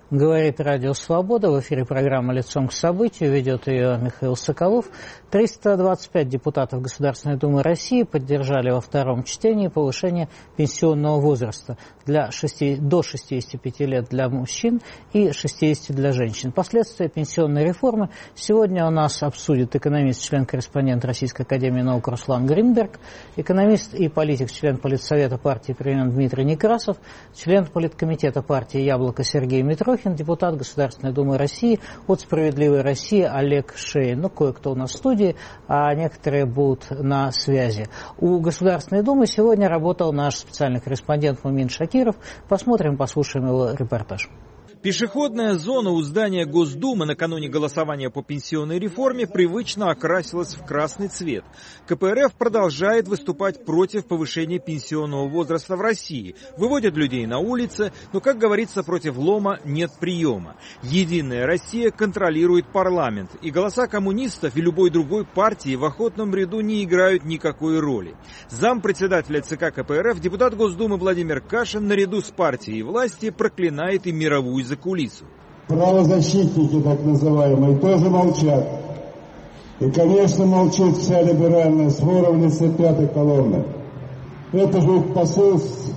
Говорит Радио Свобода. В эфире программа «Лицом к событию». Ведет ее Михаил Соколов. 325 депутатов Государственной Думы России поддержали во втором чтении повышение пенсионного возраста до 65 лет для мужчин и 60 для женщин. Последствия пенсионной реформы сегодня у нас обсудит экономист, член-корреспондент Российской академии наук Руслан Гринберг, экономист и политик, член Политсовета партии «Перемен» Дмитрий Некрасов, член Политкомитета партии «Яблоко» Сергей Митрохин, депутат Государственной Думы России от «Справедливой России» Олег Шейн. Ну, кое-кто у нас в студии, а некоторые будут на связи. У Государственной Думы сегодня работал наш специальный корреспондент Мумин Шакиров. Посмотрим, послушаем его репортаж. Пешеходная зона у здания Госдумы накануне голосования по пенсионной реформе привычно окрасилась в красный цвет. КПРФ продолжает выступать против повышения пенсионного возраста в России. Выводят людей на улицы, но, как говорится, против лома нет приема. Единая Россия контролирует парламент, и голоса коммунистов и любой другой партии в охотном ряду не играют никакой роли. Зампредседателя ЦК КПРФ, депутат Госдумы Владимир Кашин наряду с партией власти проклинает и мировую закулису. Правозащитники, так называемые, тоже молчат. И, конечно, молчит вся либеральная свора в лице пятой колонны. Это же посыл с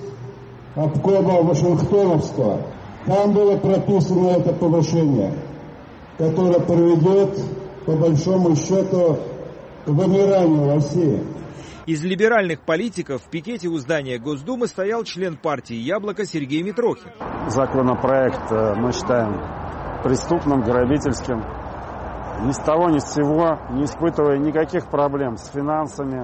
обкома Вашингтоновского. Там было прописано это повышение, которое приведет, по большому счету, к вымиранию России. Из либеральных политиков в пикете у здания Госдумы стоял член партии «Яблоко» Сергей Митрохин. Законопроект мы считаем преступным, грабительским. Ни с того, ни с сего, не испытывая никаких проблем с финансами,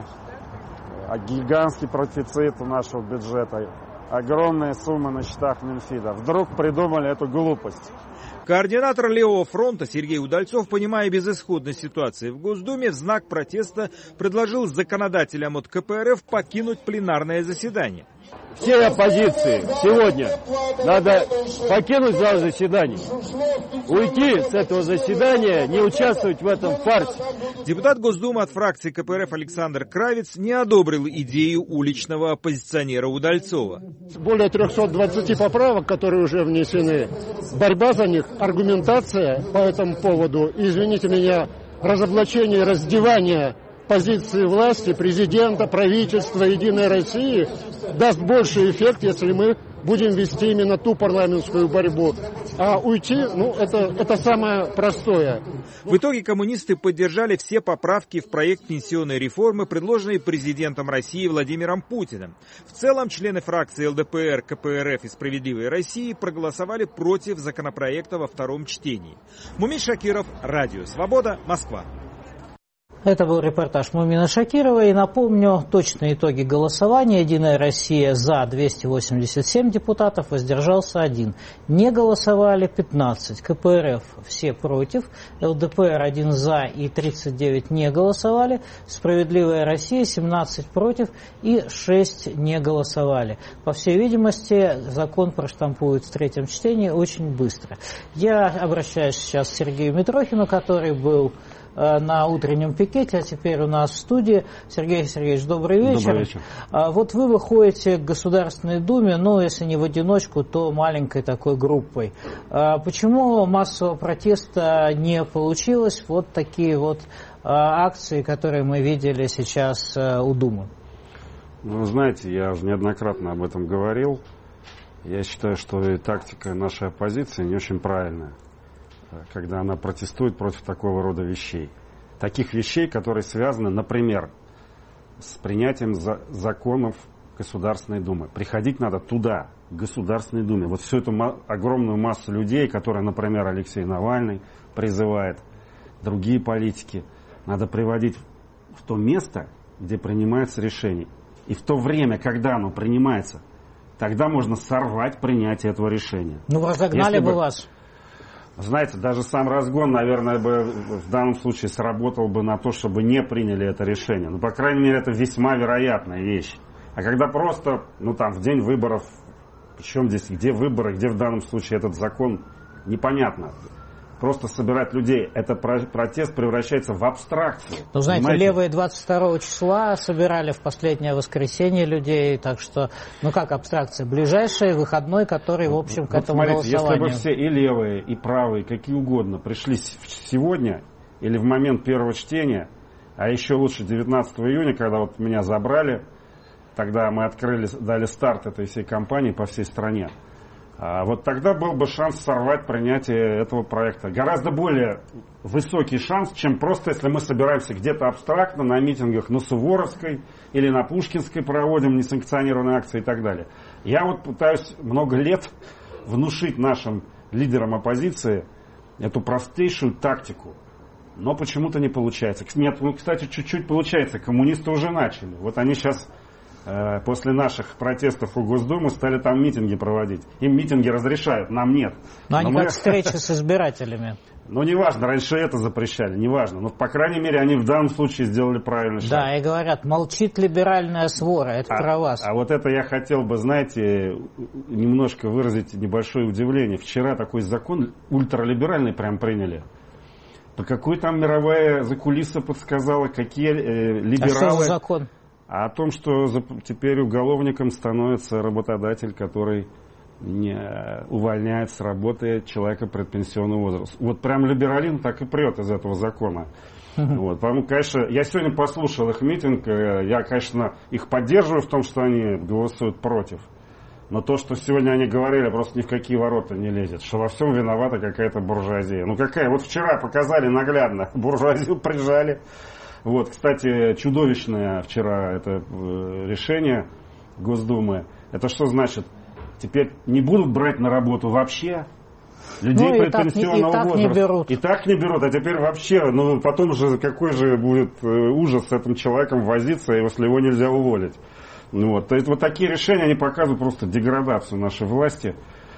гигантский профицит у нашего бюджета, огромные суммы на счетах Минфида. Вдруг придумали эту глупость. Координатор Левого фронта Сергей Удальцов, понимая безысходность ситуации в Госдуме, в знак протеста предложил законодателям от КПРФ покинуть пленарное заседание. Всей оппозиции сегодня надо покинуть зал заседаний, уйти с этого заседания, не участвовать в этом фарсе. Депутат Госдумы от фракции КПРФ Александр Кравец не одобрил идею уличного оппозиционера Удальцова. Более 320 поправок, которые уже внесены, борьба за них, аргументация по этому поводу, извините меня, разоблачение, раздевание позиции власти, президента, правительства, Единой России даст больший эффект, если мы будем вести именно ту парламентскую борьбу. А уйти, это самое простое. В итоге коммунисты поддержали все поправки в проект пенсионной реформы, предложенные президентом России Владимиром Путиным. В целом, члены фракции ЛДПР, КПРФ и «Справедливой России» проголосовали против законопроекта во втором чтении. Мумин Шакиров, Радио Свобода, Москва. Это был репортаж Мумина Шакирова. И напомню, точные итоги голосования. Единая Россия за 287 депутатов, воздержался 1. Не голосовали 15. КПРФ все против. ЛДПР 1 за и 39 не голосовали. Справедливая Россия 17 против и 6 не голосовали. По всей видимости, закон проштампуют в третьем чтении очень быстро. Я обращаюсь сейчас к Сергею Митрохину, который был на утреннем пикете, а теперь у нас в студии. Сергей Сергеевич, добрый вечер. Добрый вечер. Вот вы выходите к Государственной Думе, если не в одиночку, то маленькой такой группой. Почему массового протеста не получилось? Вот такие вот акции, которые мы видели сейчас у Думы. Вы знаете, я уже неоднократно об этом говорил. Я считаю, что тактика нашей оппозиции не очень правильная, когда она протестует против такого рода вещей. Таких вещей, которые связаны, например, с принятием законов Государственной Думы. Приходить надо туда, к Государственной Думе. Вот всю эту огромную массу людей, которые, например, Алексей Навальный призывает, другие политики, надо приводить в то место, где принимается решение. И в то время, когда оно принимается, тогда можно сорвать принятие этого решения. Разогнали бы вас. Знаете, даже сам разгон, наверное, бы в данном случае сработал бы на то, чтобы не приняли это решение. По крайней мере, это весьма вероятная вещь. А когда просто, в день выборов, причем здесь, где выборы, где в данном случае этот закон, непонятно. просто собирать людей. Это протест превращается в абстракцию. Ну, знаете, понимаете? левые 22 числа собирали в последнее воскресенье людей, так что, ну как абстракция, ближайший выходной, который, в общем, к этому смотрите, голосованию. если бы все и левые, и правые, какие угодно, пришли сегодня или в момент первого чтения, а еще лучше 19 июня, когда вот меня забрали, тогда мы дали старт этой всей кампании по всей стране. Вот тогда был бы шанс сорвать принятие этого проекта. Гораздо более высокий шанс, чем просто если мы собираемся где-то абстрактно на митингах на Суворовской или на Пушкинской проводим несанкционированные акции и так далее. Я вот пытаюсь много лет внушить нашим лидерам оппозиции эту простейшую тактику. Но почему-то не получается. Нет, ну, кстати, чуть-чуть получается. Коммунисты уже начали. Вот они сейчас, после наших протестов у Госдумы, стали там митинги проводить. Им митинги разрешают, нам нет. Но они как встречи с избирателями. Ну, неважно, раньше это запрещали, неважно. Но, по крайней мере, они в данном случае сделали правильный шаг. Да, и говорят, молчит либеральная свора, это про вас. А вот это я хотел бы, знаете, немножко выразить небольшое удивление. Вчера такой закон ультралиберальный прям приняли. Да какой там мировая закулиса подсказала, какие либералы... А что за закон? А о том, что теперь уголовником становится работодатель, который не увольняет с работы человека предпенсионного возраста. Вот прям либерализм так и прет из этого закона. Вот. Поэтому, конечно, я сегодня послушал их митинг, я, конечно, их поддерживаю в том, что они голосуют против. Но то, что сегодня они говорили, просто ни в какие ворота не лезет. Что во всем виновата какая-то буржуазия. Ну какая? Вот вчера показали наглядно. Буржуазию прижали. Вот, кстати, чудовищное вчера это решение Госдумы. Это что значит? Теперь не будут брать на работу вообще людей предпенсионного возраста. Не берут. И так не берут. А теперь вообще, ну потом же какой же будет ужас с этим человеком возиться, если его нельзя уволить. Ну, вот. То есть вот такие решения, они показывают просто деградацию нашей власти.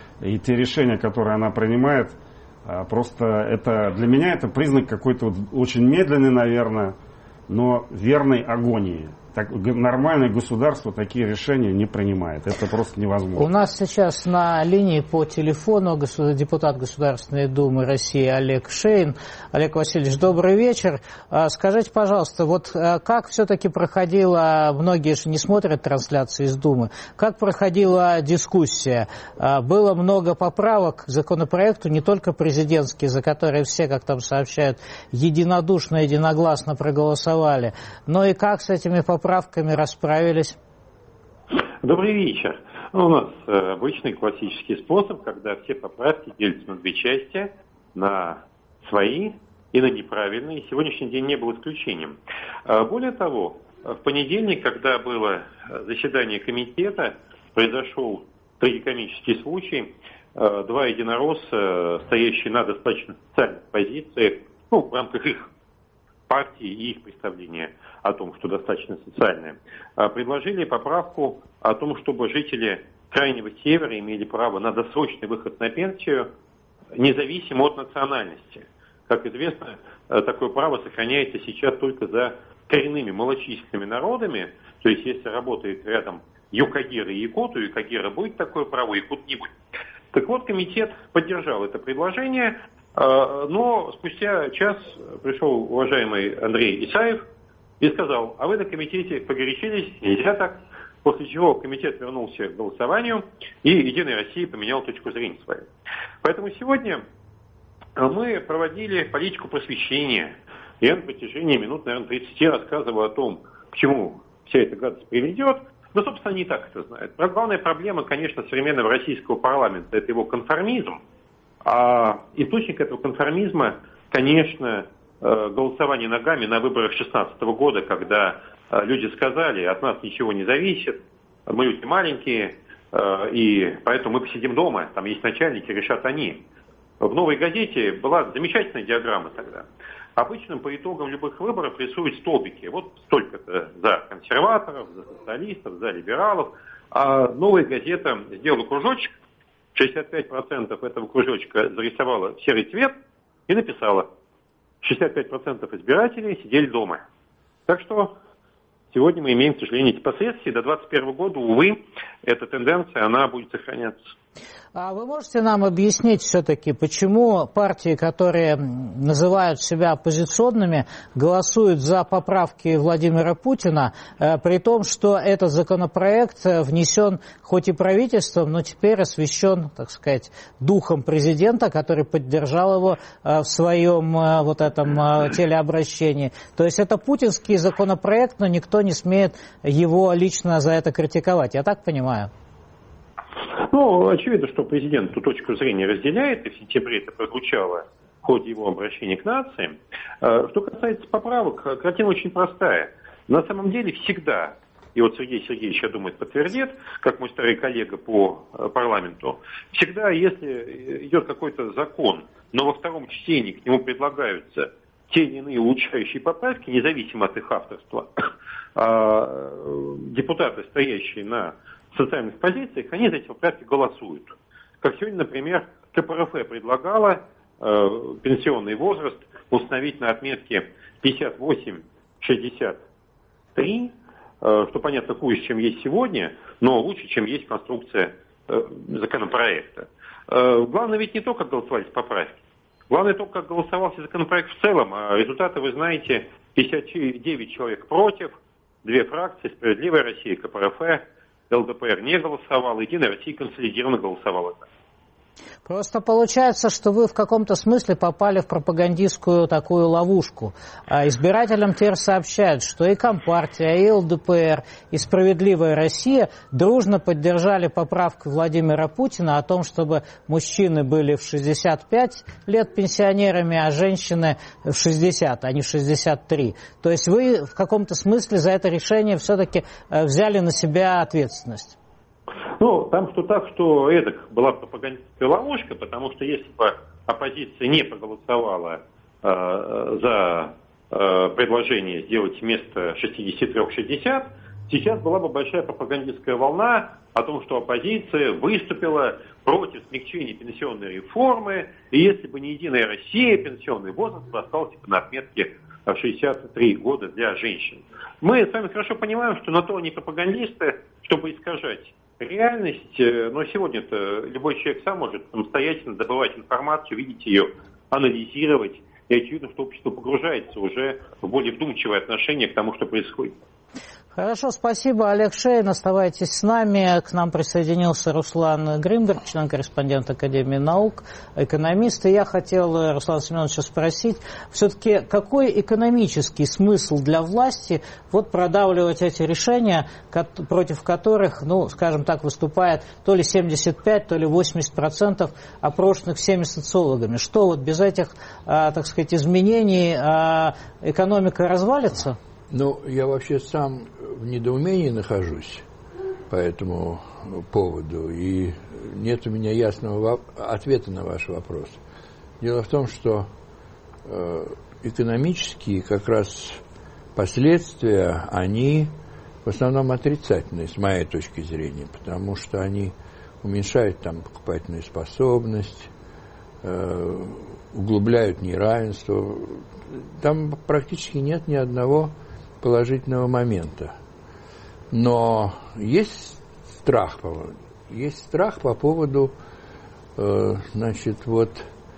И те решения, которые она принимает, просто это для меня это признак какой-то вот очень медленной, наверное, но верной агонии. Так, нормальное государство такие решения не принимает. Это просто невозможно. У нас сейчас на линии по телефону депутат Государственной Думы России Олег Шейн. Олег Васильевич, добрый вечер. Скажите, пожалуйста, вот как все-таки проходила, многие же не смотрят трансляции из Думы, как проходила дискуссия? Было много поправок к законопроекту, не только президентские, за которые все, как там сообщают, единодушно, единогласно проголосовали, но и как с этими поправками расправились? Добрый вечер. У нас обычный классический способ, когда все поправки делятся на две части, на свои и на неправильные. Сегодняшний день не был исключением. Более того, в понедельник, когда было заседание комитета, произошел трагикомический случай. Два единоросса, стоящие на достаточно социальных позициях, в рамках их партии и их представления о том, что достаточно социальное, предложили поправку о том, чтобы жители Крайнего Севера имели право на досрочный выход на пенсию, независимо от национальности. Как известно, такое право сохраняется сейчас только за коренными малочисленными народами, то есть если работает рядом юкагир и якут, у юкагира будет такое право, якут не будет. Так вот, комитет поддержал это предложение, но спустя час пришел уважаемый Андрей Исаев и сказал: а вы на комитете погорячились, нельзя так. После чего комитет вернулся к голосованию, и «Единая Россия» поменяла точку зрения свою. Поэтому сегодня мы проводили политику просвещения. Я на протяжении минут, наверное, 30 рассказывал о том, к чему вся эта гадость приведет. Но, собственно, не так это знают. Главная проблема, конечно, современного российского парламента – это его конформизм. А источник этого конформизма, конечно, голосование ногами на выборах 2016 года, когда люди сказали: от нас ничего не зависит, мы люди маленькие, и поэтому мы посидим дома, там есть начальники, решат они. В «Новой газете» была замечательная диаграмма тогда. Обычно по итогам любых выборов рисуют столбики. Вот столько-то за консерваторов, за социалистов, за либералов. А «Новая газета» сделала кружочек, 65% этого кружочка зарисовала в серый цвет и написала: 65% избирателей сидели дома. Так что сегодня мы имеем, к сожалению, эти последствия. До 2021 года, увы, эта тенденция, она будет сохраняться. А вы можете нам объяснить все-таки, почему партии, которые называют себя оппозиционными, голосуют за поправки Владимира Путина, при том, что этот законопроект внесен хоть и правительством, но теперь освящен, так сказать, духом президента, который поддержал его в своем вот этом телеобращении. То есть это путинский законопроект, но никто не смеет его лично за это критиковать. Я так понимаю? Ну, очевидно, что президент эту точку зрения разделяет, и в сентябре это прозвучало в ходе его обращения к нации. Что касается поправок, картина очень простая. На самом деле всегда, и вот Сергей Сергеевич, я думаю, подтвердит, как мой старый коллега по парламенту, всегда, если идет какой-то закон, но во втором чтении к нему предлагаются те или иные улучшающие поправки, независимо от их авторства, депутаты, стоящие на социальных позициях, они за эти поправки голосуют. Как сегодня, например, КПРФ предлагала пенсионный возраст установить на отметке 58-63, что, понятно, хуже, чем есть сегодня, но лучше, чем есть конструкция законопроекта. Главное ведь не то, как голосовались поправки. Главное то, как голосовался законопроект в целом. А результаты, вы знаете, 59 человек против, 2 фракции, «Справедливая Россия», КПРФ, ЛДПР не голосовал, «Единая Россия» консолидированно голосовала. Просто получается, что вы в каком-то смысле попали в пропагандистскую такую ловушку. Избирателям теперь сообщают, что и Компартия, и ЛДПР, и «Справедливая Россия» дружно поддержали поправку Владимира Путина о том, чтобы мужчины были в 65 лет пенсионерами, а женщины в 60, а не в 63. То есть вы в каком-то смысле за это решение все-таки взяли на себя ответственность. Ну, там что так, что это была пропагандистская ловушка, потому что если бы оппозиция не проголосовала за предложение сделать вместо 63-60, сейчас была бы большая пропагандистская волна о том, что оппозиция выступила против смягчения пенсионной реформы, и если бы не «Единая Россия», пенсионный возраст бы остался на отметке 63 года для женщин. Мы с вами хорошо понимаем, что на то они пропагандисты, чтобы искажать реальность, но сегодня-то любой человек сам может самостоятельно добывать информацию, видеть ее, анализировать, и очевидно, что общество погружается уже в более вдумчивое отношение к тому, что происходит. Хорошо, спасибо, Олег Шейн. Оставайтесь с нами. К нам присоединился Руслан Гринберг, член-корреспондент Академии наук, экономист. И я хотел Руслана Семеновича спросить, все-таки какой экономический смысл для власти вот продавливать эти решения, против которых, ну, скажем так, выступает то ли 75, то ли 80% опрошенных всеми социологами? Что вот без этих, так сказать, изменений экономика развалится? Ну, я вообще сам в недоумении нахожусь по этому поводу, и нет у меня ясного ответа на ваш вопрос. Дело в том, что экономические как раз последствия, они в основном отрицательные, с моей точки зрения, потому что они уменьшают там покупательную способность, углубляют неравенство. Там практически нет ни одного положительного момента. Но есть страх по поводу, значит, вот,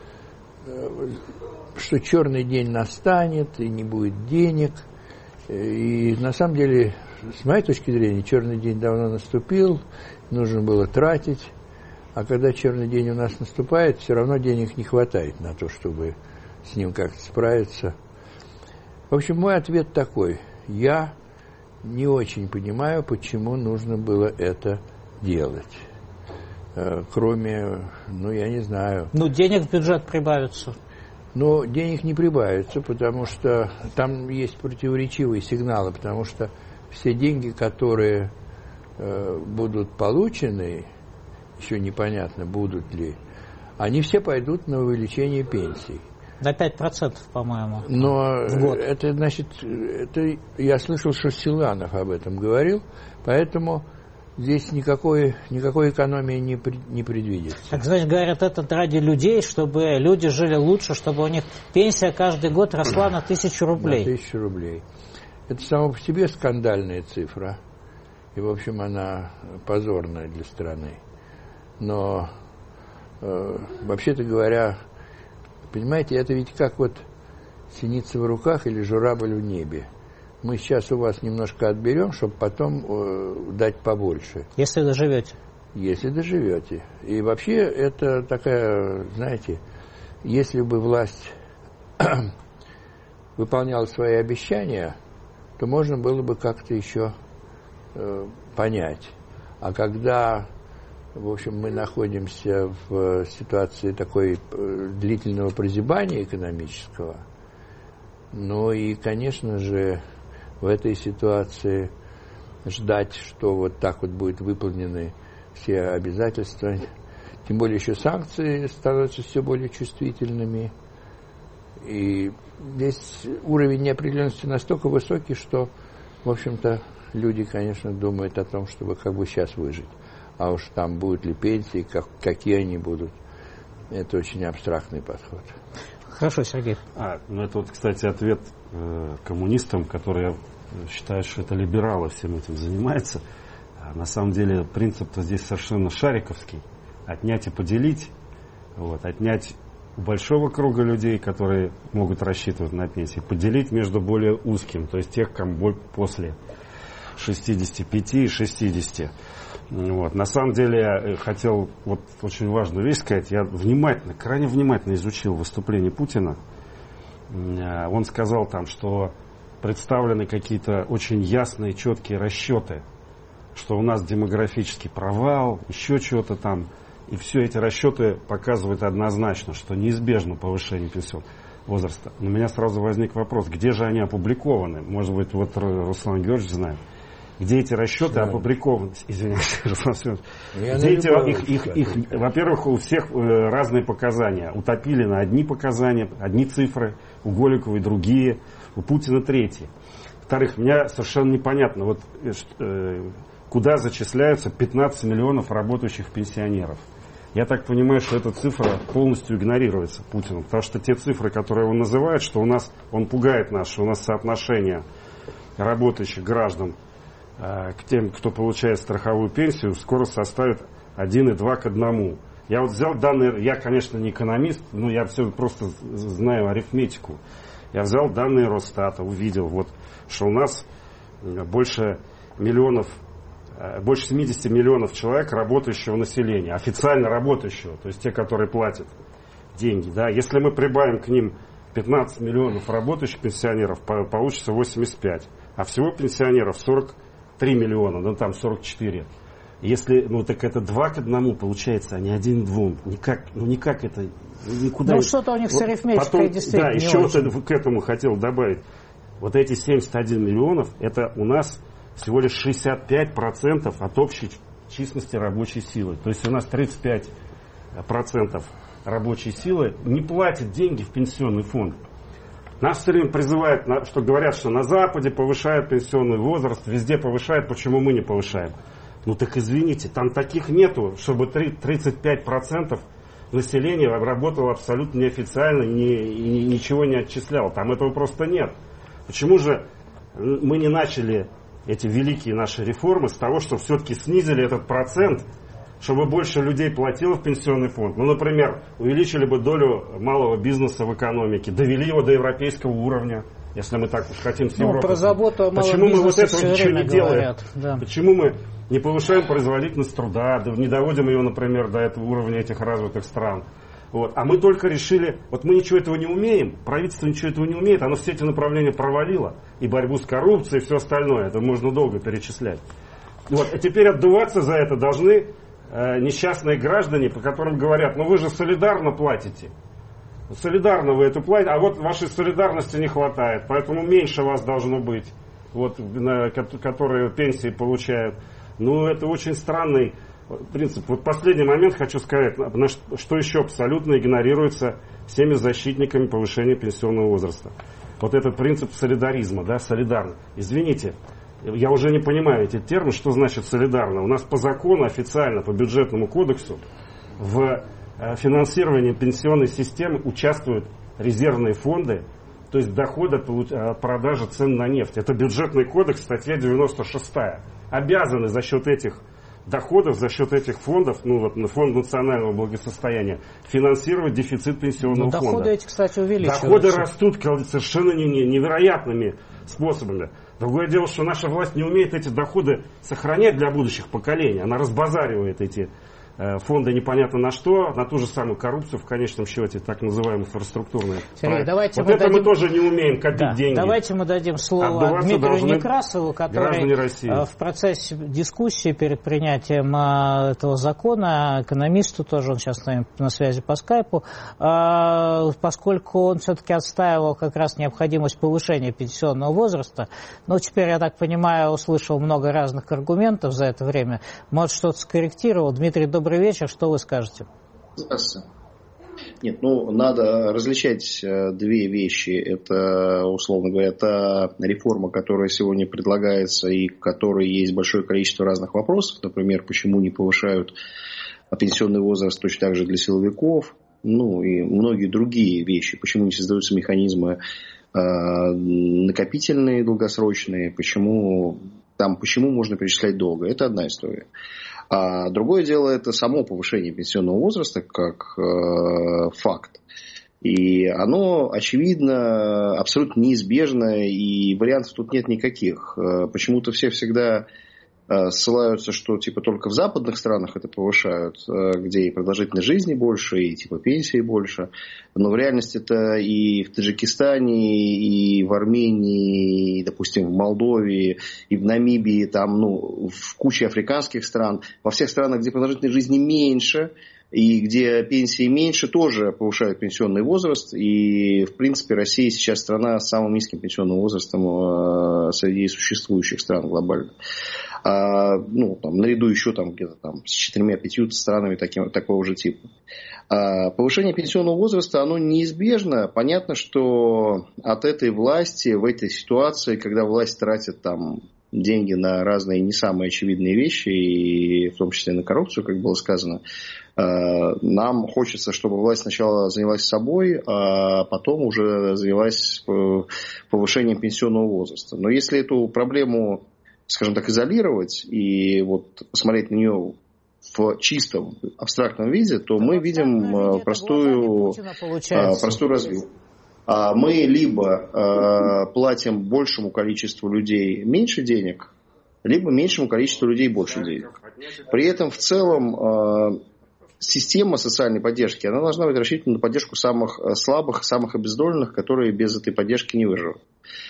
что черный день настанет, и не будет денег. И на самом деле, с моей точки зрения, черный день давно наступил, нужно было тратить. А когда черный день у нас наступает, все равно денег не хватает на то, чтобы с ним как-то справиться. В общем, мой ответ такой. Я не очень понимаю, почему нужно было это делать. Кроме, ну, я не знаю. Ну, денег в бюджет прибавится. Но денег не прибавится, потому что там есть противоречивые сигналы, потому что все деньги, которые будут получены, еще непонятно, будут ли, они все пойдут на увеличение пенсий. На 5%, по-моему. Но это, значит, это я слышал, что Силанов об этом говорил, поэтому здесь никакой экономии не предвидится. Так, значит, говорят, это ради людей, чтобы люди жили лучше, чтобы у них пенсия каждый год росла на 1000 рублей. На 1000 рублей. Это само по себе скандальная цифра. И, в общем, она позорная для страны. Но, вообще-то говоря, понимаете, это ведь как вот синица в руках или журавль в небе. Мы сейчас у вас немножко отберем, чтобы потом дать побольше. Если доживете. Если доживете. И вообще это такая, знаете, если бы власть выполняла свои обещания, то можно было бы как-то еще понять. А когда, в общем, мы находимся в ситуации такой длительного прозябания экономического, ну и, конечно же, в этой ситуации ждать, что вот так вот будут выполнены все обязательства, тем более еще санкции становятся все более чувствительными. И здесь уровень неопределенности настолько высокий, что, в общем-то, люди, конечно, думают о том, чтобы как бы сейчас выжить. А уж там будут ли пенсии, какие они будут, это очень абстрактный подход. Хорошо, Сергей. Ну это вот, кстати, ответ коммунистам, которые считают, что это либералы всем этим занимаются. На самом деле принцип-то здесь совершенно шариковский. Отнять и поделить. Вот, отнять у большого круга людей, которые могут рассчитывать на пенсии, поделить между более узким, то есть тех, кому после 65 и 60. Вот. На самом деле я хотел вот очень важную вещь сказать. Я крайне внимательно изучил выступление Путина. Он сказал там, что представлены какие-то очень ясные, четкие расчеты, что у нас демографический провал, еще чего-то там. И все эти расчеты показывают однозначно, что неизбежно повышение пенсионного возраста. У меня сразу возник вопрос, где же они опубликованы? Может быть, вот Руслан Георгиевич знает. Где эти расчеты опубликованы? Извиняюсь, Руслан Георгиевич. Во-первых, у всех разные показания. У Топилина одни показания, одни цифры, у Голиковой другие, у Путина третьи. Во-вторых, мне совершенно непонятно, вот, куда зачисляются 15 миллионов работающих пенсионеров. Я так понимаю, что эта цифра полностью игнорируется Путиным, потому что те цифры, которые он называет, что у нас, он пугает нас, что у нас соотношение работающих граждан к тем, кто получает страховую пенсию, скоро составит 1,2 к 1. Я вот взял данные, я, конечно, не экономист, но я все просто знаю арифметику. Я взял данные Росстата, увидел, вот, что у нас больше 70 миллионов человек работающего населения, официально работающего, то есть те, которые платят деньги. Да? Если мы прибавим к ним 15 миллионов работающих пенсионеров, получится 85. А всего пенсионеров 43 миллиона, ну там 44. Если, ну так это 2 к 1 получается, а не 1 к 2. Никак это, никуда. Ну что-то у них с арифметикой действительно. Да, еще вот к этому хотел добавить. Вот эти 71 миллионов, это у нас всего лишь 65% от общей численности рабочей силы. То есть у нас 35% рабочей силы не платят деньги в пенсионный фонд. Нас все время призывают, что говорят, что на Западе повышают пенсионный возраст, везде повышают, почему мы не повышаем? Ну так извините, там таких нету, чтобы 35% населения работало абсолютно неофициально и ничего не отчисляло. Там этого просто нет. Почему же мы не начали эти великие наши реформы с того, что все-таки снизили этот процент, чтобы больше людей платило в пенсионный фонд? Ну, например, увеличили бы долю малого бизнеса в экономике, довели его до европейского уровня, если мы так уж хотим с Европой. Про заботу о малом Почему мы вот этого ничего не делаем? Да. Почему мы не повышаем производительность труда, не доводим ее, например, до этого уровня этих развитых стран? Вот. А мы только решили, вот мы ничего этого не умеем, правительство ничего этого не умеет, оно все эти направления провалило, и борьбу с коррупцией, и все остальное, это можно долго перечислять. Вот. А теперь отдуваться за это должны несчастные граждане, по которым говорят, ну вы же солидарно платите, солидарно вы это платите, а вот вашей солидарности не хватает, поэтому меньше вас должно быть, вот, которые пенсии получают. Ну это очень странный принцип. Вот последний момент хочу сказать, что еще абсолютно игнорируется всеми защитниками повышения пенсионного возраста. Вот этот принцип солидаризма, да, солидарно. Извините, я уже не понимаю эти термины, что значит солидарно. У нас по закону официально, по бюджетному кодексу, в финансировании пенсионной системы участвуют резервные фонды, то есть доходы от продажи цен на нефть. Это бюджетный кодекс, статья 96. Обязаны за счет этих доходов за счет этих фондов, фонд национального благосостояния, финансировать дефицит пенсионного фонда. Доходы эти, кстати, увеличиваются. Доходы растут совершенно невероятными способами. Другое дело, что наша власть не умеет эти доходы сохранять для будущих поколений. Она разбазаривает эти фонды непонятно на что, на ту же самую коррупцию, в конечном счете, так называемые инфраструктурные. Сергей, давайте мы тоже не умеем копить деньги. Давайте мы дадим слово Дмитрию Некрасову, который в процессе дискуссии перед принятием этого закона, экономисту тоже, он сейчас с нами на связи по скайпу, поскольку он все-таки отстаивал как раз необходимость повышения пенсионного возраста, но теперь, я так понимаю, услышал много разных аргументов за это время, может, что-то скорректировал. Дмитрий, добрый вечер, что вы скажете? Здравствуйте. Нет, надо различать две вещи. Это, условно говоря, та реформа, которая сегодня предлагается и к которой есть большое количество разных вопросов. Например, почему не повышают пенсионный возраст точно так же для силовиков, и многие другие вещи. Почему не создаются механизмы накопительные, долгосрочные, почему можно перечислять долго. Это одна история. А другое дело, это само повышение пенсионного возраста как факт. И оно, очевидно, абсолютно неизбежно, и вариантов тут нет никаких. Почему-то все всегда ссылаются, что только в западных странах это повышают, где и продолжительность жизни больше, и пенсии больше. Но в реальности это и в Таджикистане, и в Армении, и, допустим, в Молдове, и в Намибии, в куче африканских стран, во всех странах, где продолжительность жизни меньше, и где пенсии меньше, тоже повышают пенсионный возраст. И, в принципе, Россия сейчас страна с самым низким пенсионным возрастом среди существующих стран глобально. Наряду еще где-то с 4-5 странами такого же типа. Повышение пенсионного возраста, оно неизбежно. Понятно, что от этой власти в этой ситуации, когда власть тратит деньги на разные не самые очевидные вещи, и в том числе на коррупцию, как было сказано, нам хочется, чтобы власть сначала занялась собой, а потом уже занялась повышением пенсионного возраста. Но если эту проблему, скажем так, изолировать и посмотреть на нее в чистом абстрактном виде, то мы видим простую развилку. Мы либо платим большему количеству людей меньше денег, либо меньшему количеству людей больше денег. При этом в целом система социальной поддержки, она должна быть рассчитана на поддержку самых слабых, самых обездоленных, которые без этой поддержки не выживут.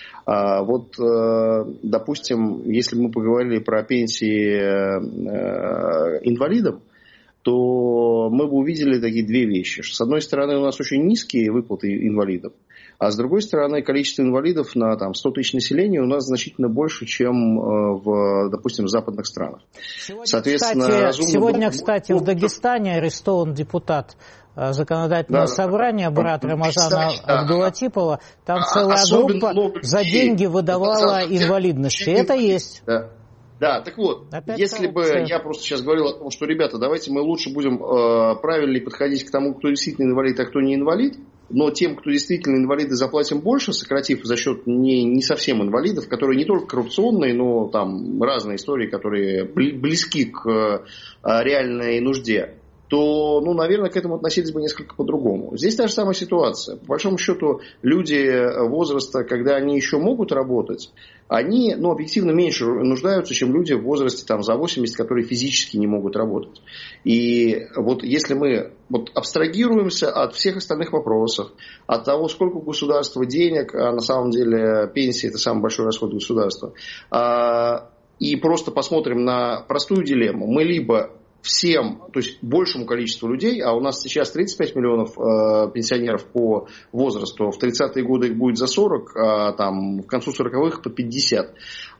Допустим, если мы поговорили про пенсии инвалидам, то мы бы увидели такие две вещи. С одной стороны, у нас очень низкие выплаты инвалидам, а с другой стороны, количество инвалидов на 100 тысяч населения у нас значительно больше, чем допустим, в западных странах. Сегодня, кстати, в Дагестане арестован депутат законодательного собрания, брат Рамазана Абдулатипова. Там целая группа за деньги выдавала инвалидности. Это есть. Да, так вот, если бы я просто сейчас говорил о том, что, ребята, давайте мы лучше будем правильнее подходить к тому, кто действительно инвалид, а кто не инвалид, но тем, кто действительно инвалиды, заплатим больше, сократив за счет не совсем инвалидов, которые не только коррупционные, но разные истории, которые близки к реальной нужде, то, наверное, к этому относились бы несколько по-другому. Здесь та же самая ситуация. По большому счету, люди возраста, когда они еще могут работать, они, объективно меньше нуждаются, чем люди в возрасте за 80, которые физически не могут работать. И если мы абстрагируемся от всех остальных вопросов, от того, сколько у государства денег, а на самом деле пенсия – это самый большой расход государства, и просто посмотрим на простую дилемму, мы либо всем, то есть большему количеству людей, а у нас сейчас 35 миллионов пенсионеров по возрасту, в 30-е годы их будет за 40, а к концу 40-х по 50.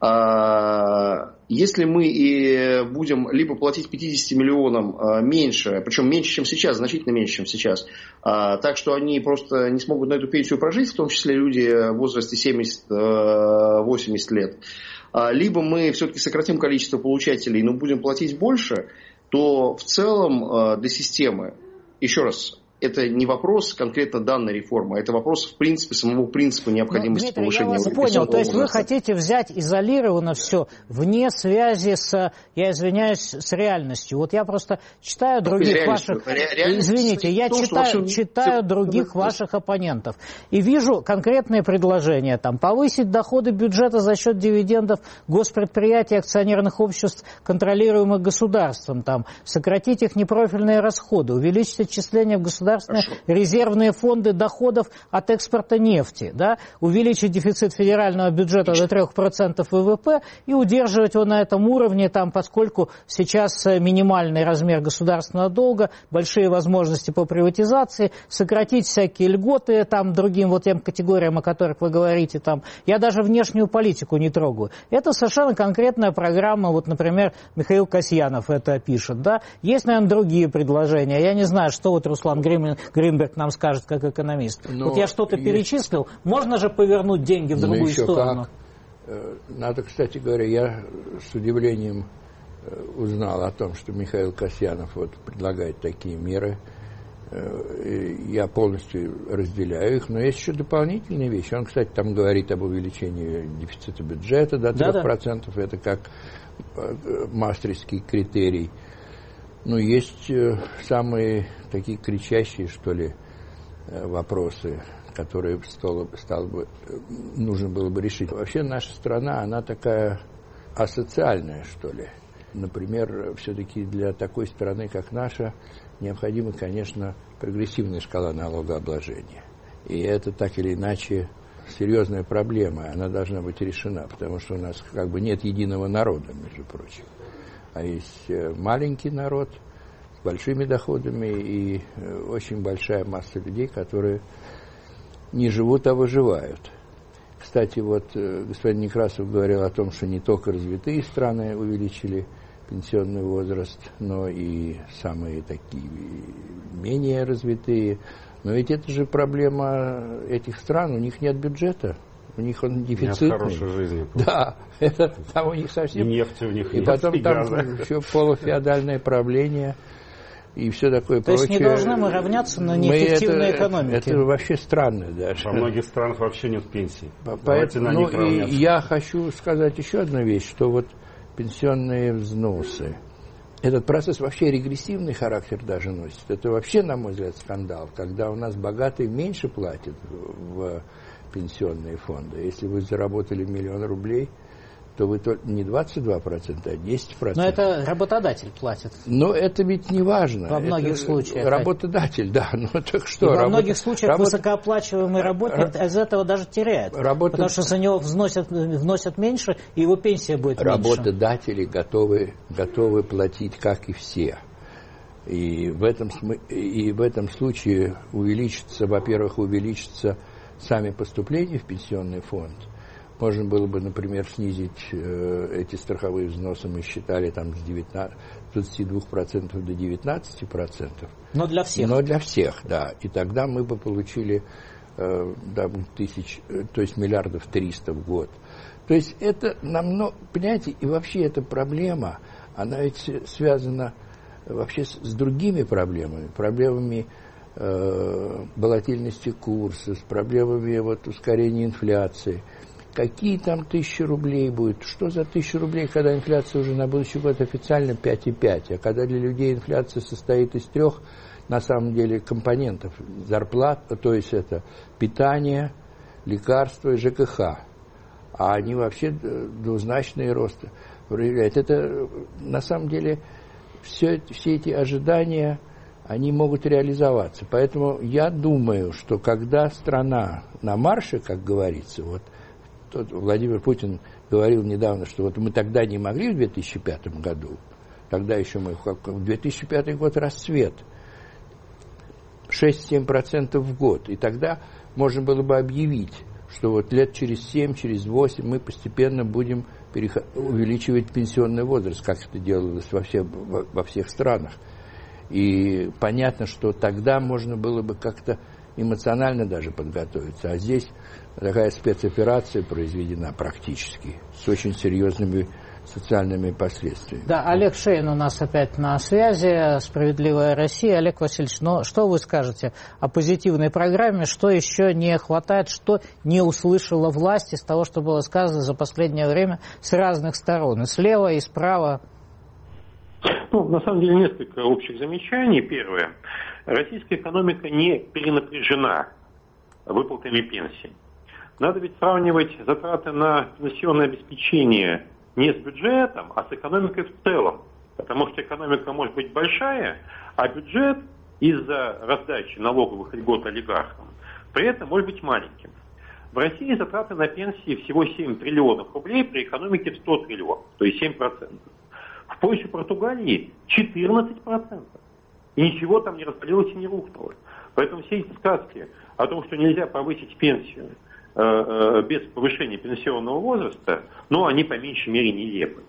Если мы и будем либо платить 50 миллионам меньше, причем меньше, чем сейчас, значительно меньше, чем сейчас, так что они просто не смогут на эту пенсию прожить, в том числе люди в возрасте 70-80 лет, либо мы все-таки сократим количество получателей, но будем платить больше, то в целом для системы, еще раз, это не вопрос конкретно данной реформы, а это вопрос, в принципе, самого принципа необходимости повышения. Я вас понял. То есть вы хотите взять изолированно все, вне связи с, я извиняюсь, с реальностью. Вот я просто читаю других ваших... Извините, я читаю других ваших оппонентов и вижу конкретные предложения. Там, повысить доходы бюджета за счет дивидендов госпредприятий, акционерных обществ, контролируемых государством, там, сократить их непрофильные расходы, увеличить отчисления в государственные резервные фонды доходов от экспорта нефти, да, увеличить дефицит федерального бюджета до 3% ВВП и удерживать его на этом уровне, там, поскольку сейчас минимальный размер государственного долга, большие возможности по приватизации, сократить всякие льготы там, другим вот тем категориям, о которых вы говорите. Там. Я даже внешнюю политику не трогаю. Это совершенно конкретная программа, вот, например, Михаил Касьянов это пишет. Да? Есть, наверное, другие предложения. Я не знаю, что вот Руслан Гринберг нам скажет как экономист. Но вот я что-то перечислил. Можно же повернуть деньги в другую сторону? Как. Надо, кстати говоря, я с удивлением узнал о том, что Михаил Касьянов вот предлагает такие меры. Я полностью разделяю их, но есть еще дополнительные вещи. Он, кстати, там говорит об увеличении дефицита бюджета до 3%. Да. Это как маастрихтский критерий. Но есть самые такие кричащие, что ли, вопросы, которые нужно было бы решить. Вообще наша страна, она такая асоциальная, что ли. Например, все-таки для такой страны, как наша, необходима, конечно, прогрессивная шкала налогообложения. И это так или иначе серьезная проблема, она должна быть решена, потому что у нас как бы нет единого народа, между прочим. А есть маленький народ с большими доходами и очень большая масса людей, которые не живут, а выживают. Кстати, вот господин Некрасов говорил о том, что не только развитые страны увеличили пенсионный возраст, но и самые такие менее развитые. Но ведь это же проблема этих стран, у них нет бюджета, у них он дефицитный. Нет хорошей жизни. Да, это там у них совсем... И нефти у них и нет, потом и там газа. еще полуфеодальное правление и все такое То прочее. То есть не должны мы равняться на неэффективной экономике? Это вообще странно даже. Во многих странах вообще нет пенсий. Поэтому я хочу сказать еще одну вещь, что вот пенсионные взносы. Этот процесс вообще регрессивный характер даже носит. Это вообще, на мой взгляд, скандал, когда у нас богатые меньше платят в пенсионные фонды. Если вы заработали 1 000 000 рублей, то вы не 22%, а 10%. Но это работодатель платит. Но это ведь не важно. Во многих случаях. Работодатель, да. Ну так что? Во многих случаях высокооплачиваемый работник из этого даже теряет. Потому что за него вносят меньше, и его пенсия будет меньше. Работодатели готовы платить, как и все. И в этом случае увеличится сами поступления в пенсионный фонд. Можно было бы, например, снизить эти страховые взносы, мы считали, там, с 22% до 19%. Но для всех. Но для всех, да. И тогда мы бы получили то есть 1 300 000 000 в год. То есть это намного, понимаете, и вообще эта проблема, она ведь связана вообще с другими проблемами волатильности курса, с проблемами ускорения инфляции. Какие там 1000 рублей будет? Что за 1000 рублей, когда инфляция уже на будущий год официально 5,5, а когда для людей инфляция состоит из 3, на самом деле, компонентов: зарплата, то есть это питание, лекарства и ЖКХ. А они вообще двузначные росты проявляют. Это, на самом деле, все эти ожидания, они могут реализоваться. Поэтому я думаю, что когда страна на марше, как говорится, вот Владимир Путин говорил недавно, что вот мы тогда не могли в 2005 году, тогда еще в 2005 год расцвет, 6-7% в год, и тогда можно было бы объявить, что вот лет через 7, через 8 мы постепенно будем увеличивать пенсионный возраст, как это делалось во всех странах. И понятно, что тогда можно было бы как-то эмоционально даже подготовиться. А здесь такая спецоперация произведена практически, с очень серьезными социальными последствиями. Да, Олег Шейн у нас опять на связи, «Справедливая Россия». Олег Васильевич, но что вы скажете о позитивной программе, что еще не хватает, что не услышала власть из того, что было сказано за последнее время с разных сторон, и слева, и справа? Ну, на самом деле, несколько общих замечаний. Первое. Российская экономика не перенапряжена выплатами пенсий. Надо ведь сравнивать затраты на пенсионное обеспечение не с бюджетом, а с экономикой в целом. Потому что экономика может быть большая, а бюджет из-за раздачи налоговых льгот олигархам при этом может быть маленьким. В России затраты на пенсии всего 7 триллионов рублей при экономике в 100 триллионов, то есть 7%. В Польше и Португалии 14%. И ничего там не развалилось и не рухнуло. Поэтому все эти сказки о том, что нельзя повысить пенсию без повышения пенсионного возраста, но они по меньшей мере нелепы.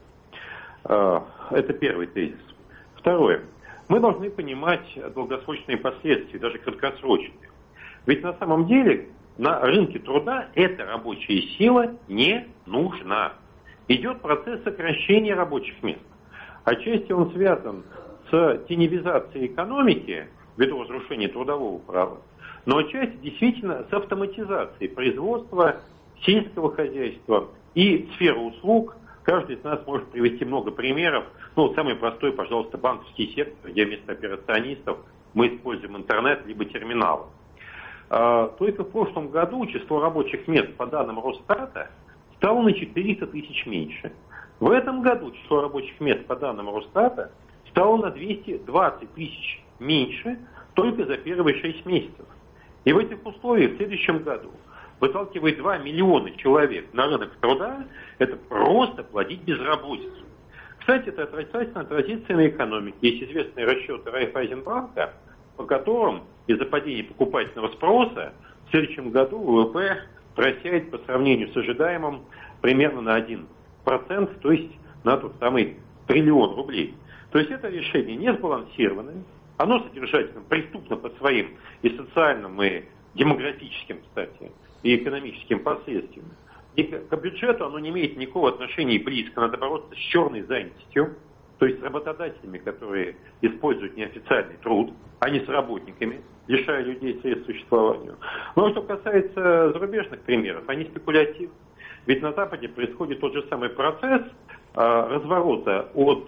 Это первый тезис. Второе. Мы должны понимать долгосрочные последствия, даже краткосрочные. Ведь на самом деле на рынке труда эта рабочая сила не нужна. Идет процесс сокращения рабочих мест. Отчасти он связан с теневизацией экономики ввиду разрушения трудового права, но отчасти действительно с автоматизацией производства, сельского хозяйства и сферы услуг. Каждый из нас может привести много примеров. Ну, самый простой, пожалуйста, банковский сектор, где вместо операционистов мы используем интернет либо терминалы. Только в прошлом году число рабочих мест по данным Росстата стало на 400 тысяч меньше. В этом году число рабочих мест по данным Росстата стало на 220 тысяч меньше только за первые 6 месяцев. И в этих условиях в следующем году выталкивать 2 миллиона человек на рынок труда, это просто плодить безработицу. Кстати, это отрицательно отразится на экономике. Есть известные расчеты Райффайзенбанка, по которым из-за падения покупательного спроса в следующем году ВВП просядет по сравнению с ожидаемым примерно на 1%, то есть на тот самый триллион рублей. То есть это решение не сбалансированное, оно содержательно преступно по своим и социальным, и демографическим, кстати, и экономическим последствиям. И к бюджету оно не имеет никакого отношения и близко. Надо бороться с черной занятостью, то есть с работодателями, которые используют неофициальный труд, а не с работниками, лишая людей средств существования. Но что касается зарубежных примеров, они спекулятивны. Ведь на Западе происходит тот же самый процесс разворота от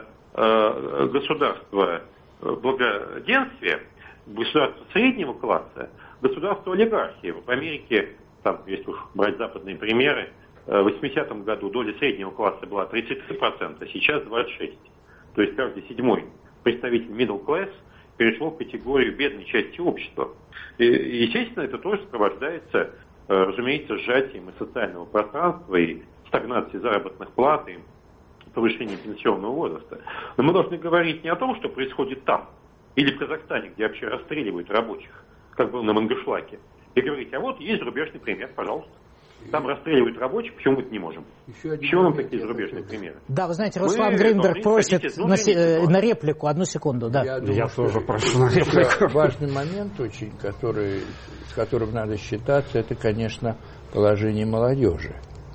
государства благоденствия, государства среднего класса, государства олигархии. В Америке, там, если уж брать западные примеры, в 80-м году доля среднего класса была 33%, а сейчас 26%. То есть каждый седьмой представитель middle class перешел в категорию бедной части общества. И, естественно, это тоже сопровождается, разумеется, сжатием и социального пространства, и стагнацией заработных плат, и повышением пенсионного возраста. Но мы должны говорить не о том, что происходит там, или в Казахстане, где вообще расстреливают рабочих, как было на Мангышлаке, и говорить, а вот есть зарубежный пример, пожалуйста. Там расстреливают рабочих, почему мы это не можем? Еще нам такие зарубежные примеры. Да, вы знаете, Руслан Гринберг просит на реплику, одну секунду. Да. Я тоже прошу на реплику. Важный момент очень, с которым надо считаться, это, конечно, положение молодежи.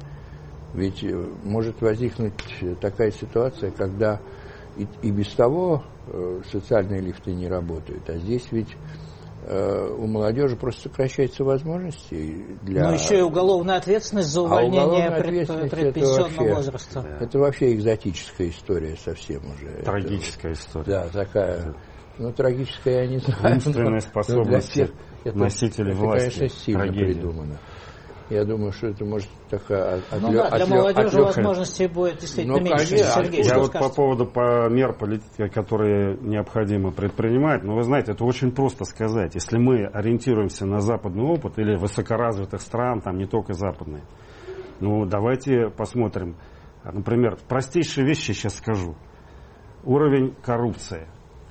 Ведь может возникнуть такая ситуация, когда и без того социальные лифты не работают, а здесь ведь у молодежи просто сокращаются возможности для... Ну, еще и уголовная ответственность за увольнение предпенсионного возраста. Это вообще экзотическая история совсем уже. Трагическая история. Да, такая... Ну, трагическая, я не знаю. Умственные способности носителей власти. Это, конечно, сильно придумано. Я думаю, что это может такая... для молодежи возможностей будет действительно меньше. Я вот по поводу мер, которые необходимо предпринимать, вы знаете, это очень просто сказать. Если мы ориентируемся на западный опыт или высокоразвитых стран, там не только западные, давайте посмотрим. Например, простейшие вещи сейчас скажу. Уровень коррупции.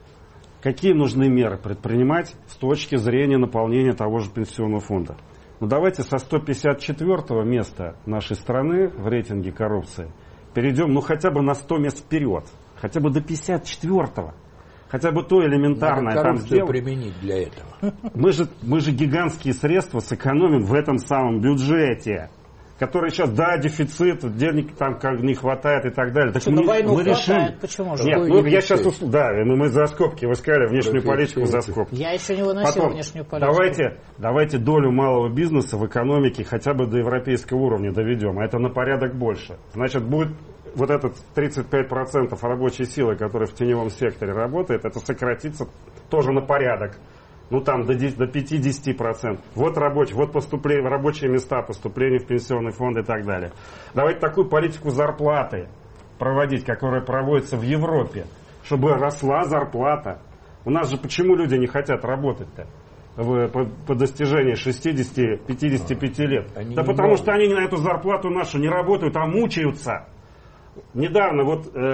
Какие нужны меры предпринимать с точки зрения наполнения того же пенсионного фонда? Давайте со 154-го места нашей страны в рейтинге коррупции перейдем, хотя бы на 100 мест вперед. Хотя бы до 54-го. Хотя бы то элементарное там сделать. Применить для этого. Мы же гигантские средства сэкономим в этом самом бюджете. которые сейчас, да, дефицит, денег там как не хватает и так далее. Так мы решим. Хватает, почему же? Нет, ну я сейчас, да, мы за скобки, вы сказали, внешнюю политику за скобки. Я еще не выносил внешнюю политику. Давайте долю малого бизнеса в экономике хотя бы до европейского уровня доведем, а это на порядок больше. Значит, будет вот этот 35% рабочей силы, которая в теневом секторе работает, это сократится тоже на порядок. Ну там до 50%. Вот рабочие места, поступления в пенсионный фонд и так далее. Давайте такую политику зарплаты проводить, которая проводится в Европе, чтобы росла зарплата. У нас же почему люди не хотят работать-то по достижении 60-55 лет? Да потому что они на эту зарплату нашу не работают, а мучаются. Недавно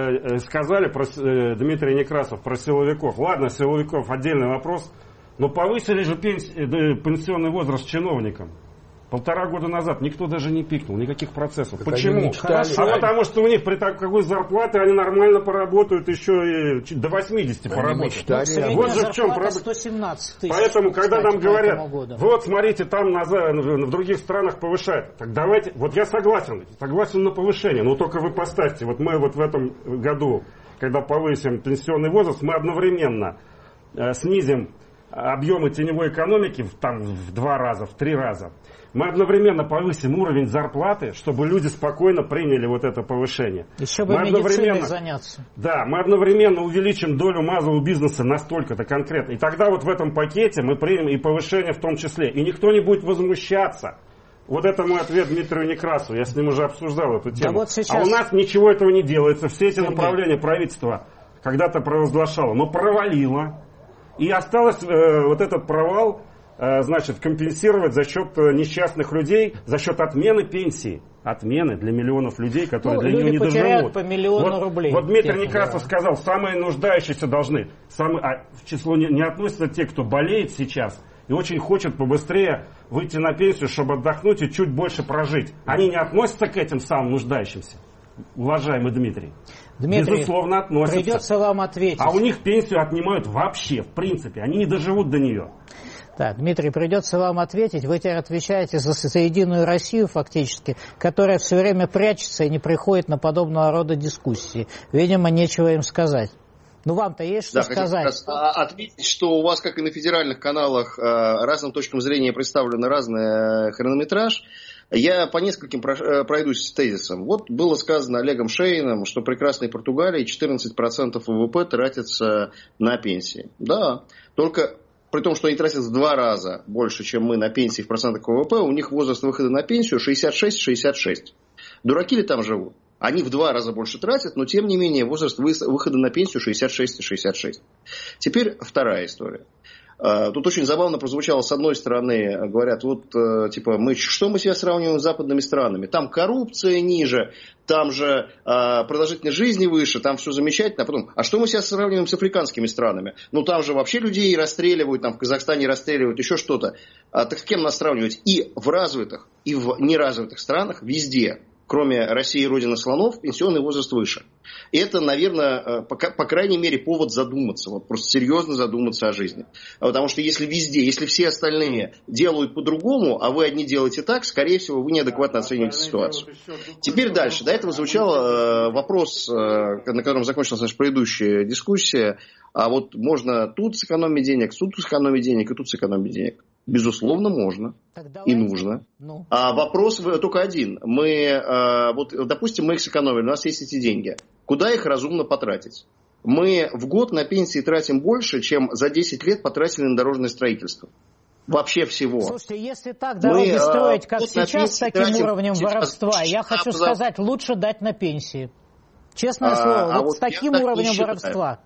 сказали про Дмитрий Некрасов про силовиков. Ладно, силовиков отдельный вопрос. Но повысили же пенсионный возраст чиновникам. 1,5 года назад никто даже не пикнул, никаких процессов. Так почему? Потому что у них при такой зарплате они нормально поработают, еще и до 80 поработают. Вот же в чем проблема. 117 тысяч. Поэтому, когда нам говорят, вот смотрите, там в других странах повышают. Так давайте, вот я согласен на повышение, но только вы поставьте, вот мы вот в этом году, когда повысим пенсионный возраст, мы одновременно снизим объемы теневой экономики там, в 2 раза, в 3 раза. Мы одновременно повысим уровень зарплаты, чтобы люди спокойно приняли вот это повышение. Еще бы медициной заняться. Да, мы одновременно увеличим долю малого бизнеса настолько-то конкретно. И тогда вот в этом пакете мы примем и повышение в том числе. И никто не будет возмущаться. Вот это мой ответ Дмитрию Некрасову. Я с ним уже обсуждал эту тему. Да вот сейчас... А у нас ничего этого не делается. Все эти направления правительство когда-то провозглашало, но провалило. И осталось вот этот провал, значит, компенсировать за счет несчастных людей, за счет отмены пенсии. Отмены для миллионов людей, которые для нее не доживут. По миллиону рублей. Вот Дмитрий Некрасов сказал, самые нуждающиеся должны. В число не относятся те, кто болеет сейчас и очень хочет побыстрее выйти на пенсию, чтобы отдохнуть и чуть больше прожить. Они не относятся к этим самым нуждающимся, уважаемый Дмитрий. Безусловно, относятся. Придется вам ответить. А у них пенсию отнимают вообще, в принципе. Они не доживут до нее. Так, Дмитрий, придется вам ответить. Вы теперь отвечаете за Единую Россию, фактически, которая все время прячется и не приходит на подобного рода дискуссии. Видимо, нечего им сказать. Ну, вам-то есть что сказать? Отметить, что у вас, как и на федеральных каналах, разным точкам зрения представлен разный хронометраж. Я по нескольким пройдусь с тезисом. Вот было сказано Олегом Шейном, что в прекрасной Португалии 14% ВВП тратится на пенсии. Да, только при том, что они тратят в 2 раза больше, чем мы на пенсии в процентах ВВП, у них возраст выхода на пенсию 66-66. Дураки ли там живут? Они в 2 раза больше тратят, но тем не менее возраст выхода на пенсию 66-66. Теперь вторая история. Тут очень забавно прозвучало, с одной стороны, говорят, вот, типа, что мы себя сравниваем с западными странами? Там коррупция ниже, там же продолжительность жизни выше, там все замечательно. А потом, а что мы себя сравниваем с африканскими странами? Ну, там же вообще людей расстреливают, там в Казахстане расстреливают, еще что-то. Так с кем нас сравнивать? И в развитых, и в неразвитых странах везде, кроме России и родины слонов, пенсионный возраст выше. И это, наверное, по крайней мере, повод задуматься, вот просто серьезно задуматься о жизни. Потому что если везде, если все остальные делают по-другому, а вы одни делаете так, скорее всего, вы неадекватно оцениваете ситуацию. Теперь дальше. До этого звучал вопрос, на котором закончилась наша предыдущая дискуссия. А вот можно тут сэкономить денег, тут сэкономить денег и тут сэкономить денег. Безусловно, можно и нужно. А вопрос только один. Вот, допустим, мы их сэкономили, у нас есть эти деньги. Куда их разумно потратить? Мы в год на пенсии тратим больше, чем за 10 лет потратили на дорожное строительство. Вообще всего. Слушайте, если так дороги строить, как сейчас, с таким уровнем воровства, я хочу сказать, лучше дать на пенсии. Честное слово, вот с таким уровнем воровства.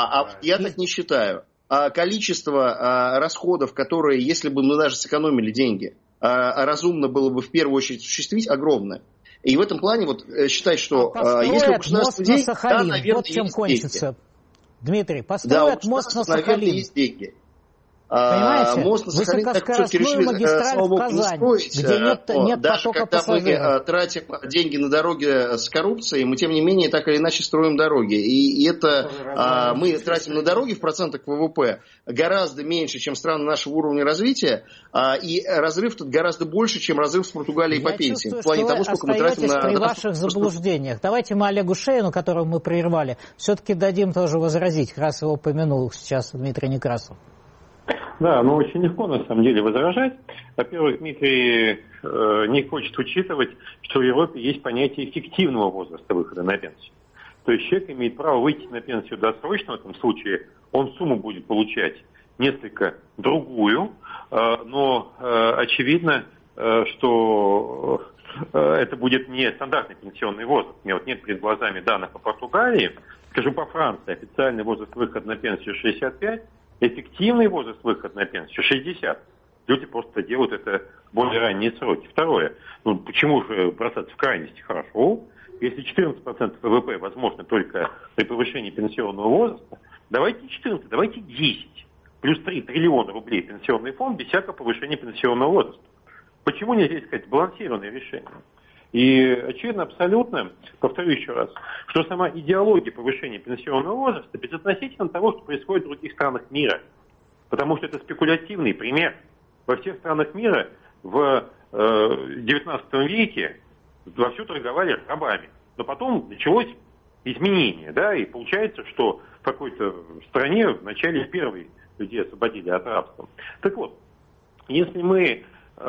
Я так не считаю. Количество расходов, которые, если бы мы даже сэкономили деньги, разумно было бы в первую очередь осуществить, огромное. И в этом плане вот считать, что если у государства деньги, да, наверное, вот чем кончится. Деньги. Дмитрий, построят мост на Сахалин. Есть деньги. Мост на Сахалин так все-таки решили, слава богу, не строить. Где нет даже когда мы тратим деньги на дороги с коррупцией, мы, тем не менее, так или иначе строим дороги. И это мы тратим на дороги в процентах ВВП гораздо меньше, чем страны нашего уровня развития, и разрыв тут гораздо больше, чем разрыв с Португалией по пенсии. В плане того, сколько мы тратим на... при ваших заблуждениях. Давайте мы Олегу Шейну, которого мы прервали, все-таки дадим тоже возразить. Как раз его упомянул сейчас Дмитрий Некрасов. Да, но очень легко на самом деле возражать. Во-первых, Дмитрий не хочет учитывать, что в Европе есть понятие эффективного возраста выхода на пенсию. То есть человек имеет право выйти на пенсию досрочно, в этом случае он сумму будет получать несколько другую, но очевидно, что это будет не стандартный пенсионный возраст. У меня вот нет перед глазами данных по Португалии. Скажу, по Франции официальный возраст выхода на пенсию 65, эффективный возраст выхода на пенсию 60. Люди просто делают это в более ранние сроки. Второе. Почему же бросаться в крайности? Хорошо. Если 14% ВВП возможно только при повышении пенсионного возраста, давайте 14, давайте 10. Плюс 3 триллиона рублей пенсионный фонд без всякого повышения пенсионного возраста. Почему нельзя искать сбалансированное решение? И очевидно абсолютно, повторю еще раз, что сама идеология повышения пенсионного возраста безотносительно того, что происходит в других странах мира. Потому что это спекулятивный пример. Во всех странах мира в XIX веке вовсю торговали рабами. Но потом началось изменение, да, и получается, что в какой-то стране вначале первые людей освободили от рабства. Так вот, если мы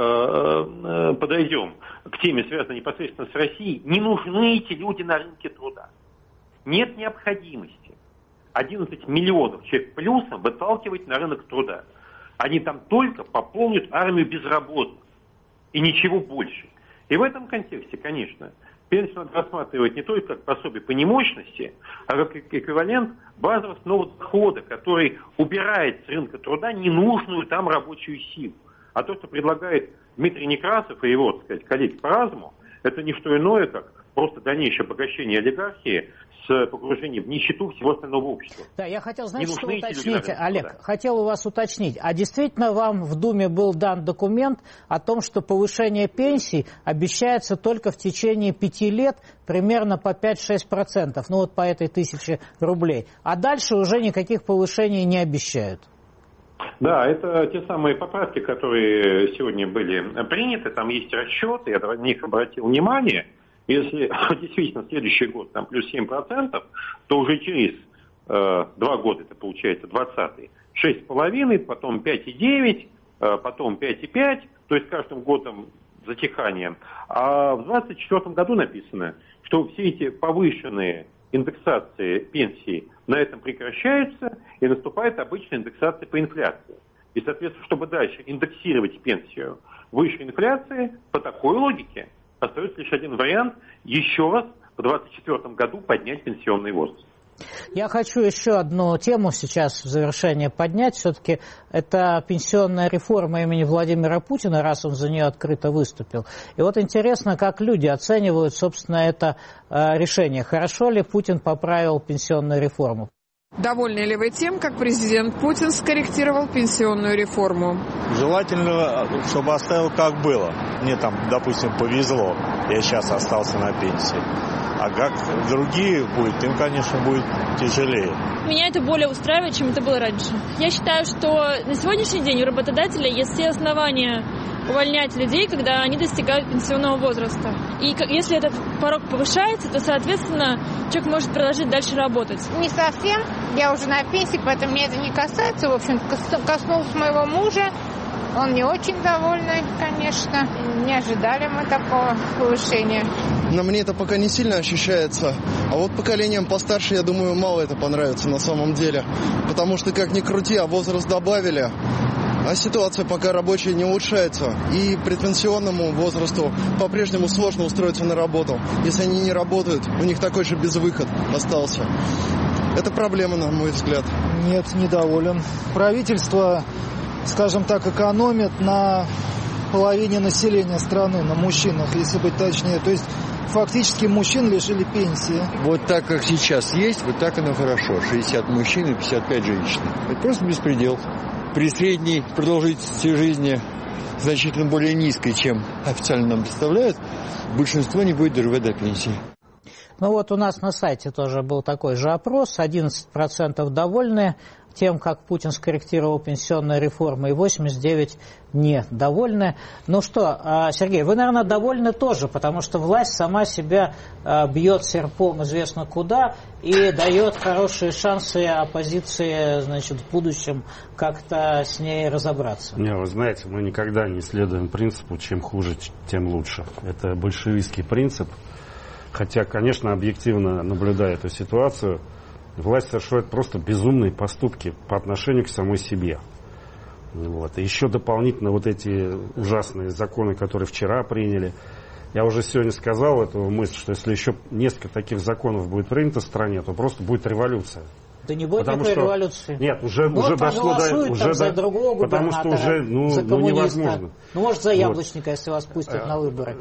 подойдем к теме, связанной непосредственно с Россией, не нужны эти люди на рынке труда. Нет необходимости 11 миллионов человек плюсом выталкивать на рынок труда. Они там только пополнят армию безработных и ничего больше. И в этом контексте, конечно, пенсию надо рассматривать не только как пособие по немощности, а как эквивалент базового основного дохода, который убирает с рынка труда ненужную там рабочую силу. А то, что предлагает Дмитрий Некрасов и его, так сказать, коллеги по разуму, это не что иное, как просто дальнейшее обогащение олигархии с погружением в нищету всего остального общества. Да, я хотел, знаете, что уточнить, Олег, хотел у вас уточнить. А действительно вам в Думе был дан документ о том, что повышение пенсий обещается только в течение 5 лет примерно по 5-6%, ну вот по этой 1000 рублей. А дальше уже никаких повышений не обещают. Да, это те самые поправки, которые сегодня были приняты, там есть расчеты, я на них обратил внимание. Если действительно следующий год там плюс 7%, то уже через 2 года, это получается 20-й, 6,5, потом 5,9, потом 5,5, то есть каждым годом затихание. А в 2024 году написано, что все эти повышенные индексации пенсий на этом прекращаются, и наступает обычная индексация по инфляции. И, соответственно, чтобы дальше индексировать пенсию выше инфляции, по такой логике остается лишь один вариант – еще раз в 2024 году поднять пенсионный возраст. Я хочу еще одну тему сейчас в завершение поднять. Все-таки это пенсионная реформа имени Владимира Путина, раз он за нее открыто выступил. И вот интересно, как люди оценивают, собственно, это решение. Хорошо ли Путин поправил пенсионную реформу? Довольны ли вы тем, как президент Путин скорректировал пенсионную реформу? Желательно, чтобы оставил как было. Мне там, допустим, повезло. Я сейчас остался на пенсии. А как другие будет, им, конечно, будет тяжелее. Меня это более устраивает, чем это было раньше. Я считаю, что на сегодняшний день у работодателя есть все основания увольнять людей, когда они достигают пенсионного возраста. И если этот порог повышается, то, соответственно, человек может продолжить дальше работать. Не совсем. Я уже на пенсии, поэтому меня это не касается. В общем, коснулось моего мужа. Он не очень довольный, конечно. Не ожидали мы такого повышения. Но мне это пока не сильно ощущается. А вот поколениям постарше, я думаю, мало это понравится на самом деле. Потому что, как ни крути, а возраст добавили. А ситуация пока рабочая не улучшается. И предпенсионному возрасту по-прежнему сложно устроиться на работу. Если они не работают, у них такой же безвыход остался. Это проблема, на мой взгляд. Нет, недоволен. Правительство, скажем так, экономит на половине населения страны, на мужчинах, если быть точнее. То есть фактически мужчин лишили пенсии. Вот так, как сейчас есть, вот так оно хорошо. 60 мужчин и 55 женщин. Это просто беспредел. при средней продолжительности жизни значительно более низкой, чем официально нам представляют, большинство не будет доживать до пенсии. Ну вот у нас на сайте тоже был такой же опрос. 11% довольны тем, как Путин скорректировал пенсионную реформу, и 89% недовольны. Ну что, Сергей, вы, наверное, довольны тоже, потому что власть сама себя бьет серпом известно куда и дает хорошие шансы оппозиции, значит, в будущем как-то с ней разобраться. Не, вы знаете, мы никогда не следуем принципу «чем хуже, тем лучше». Это большевистский принцип. Хотя, конечно, объективно наблюдая эту ситуацию, власть совершает просто безумные поступки по отношению к самой себе. Вот. И еще дополнительно вот эти ужасные законы, которые вчера приняли. Я уже сегодня сказал эту мысль, что если еще несколько таких законов будет принято в стране, то просто будет революция. Да не будет никакой революции. Нет, уже дошло до... Уже за другого потому что уже невозможно. Ну, может, за Яблочника, если вас пустят на выборы.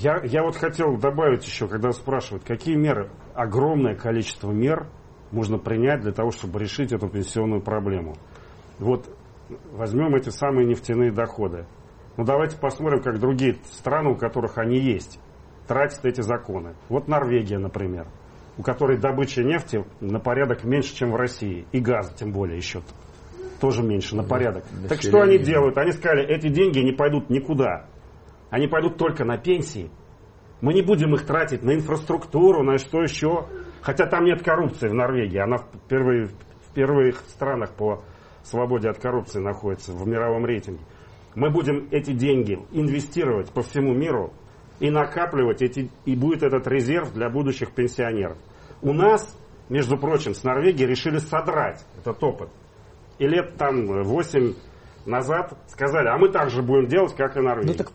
Я вот хотел добавить еще, когда спрашивают, какие меры, огромное количество мер можно принять для того, чтобы решить эту пенсионную проблему. Вот возьмем эти самые нефтяные доходы. Ну, давайте посмотрим, как другие страны, у которых они есть, тратят эти законы. Вот Норвегия, например, у которой добыча нефти на порядок меньше, чем в России. И газа, тем более, еще тоже меньше, на порядок. Так что они делают? Они сказали, эти деньги не пойдут никуда. Они пойдут только на пенсии. Мы не будем их тратить на инфраструктуру, на что еще. Хотя там нет коррупции в Норвегии. Она в первых странах по свободе от коррупции находится в мировом рейтинге. Мы будем эти деньги инвестировать по всему миру и накапливать, и будет этот резерв для будущих пенсионеров. У нас, между прочим, с Норвегией решили содрать этот опыт. И лет там 8 назад сказали, а мы так же будем делать, как и Норвегия. Ну так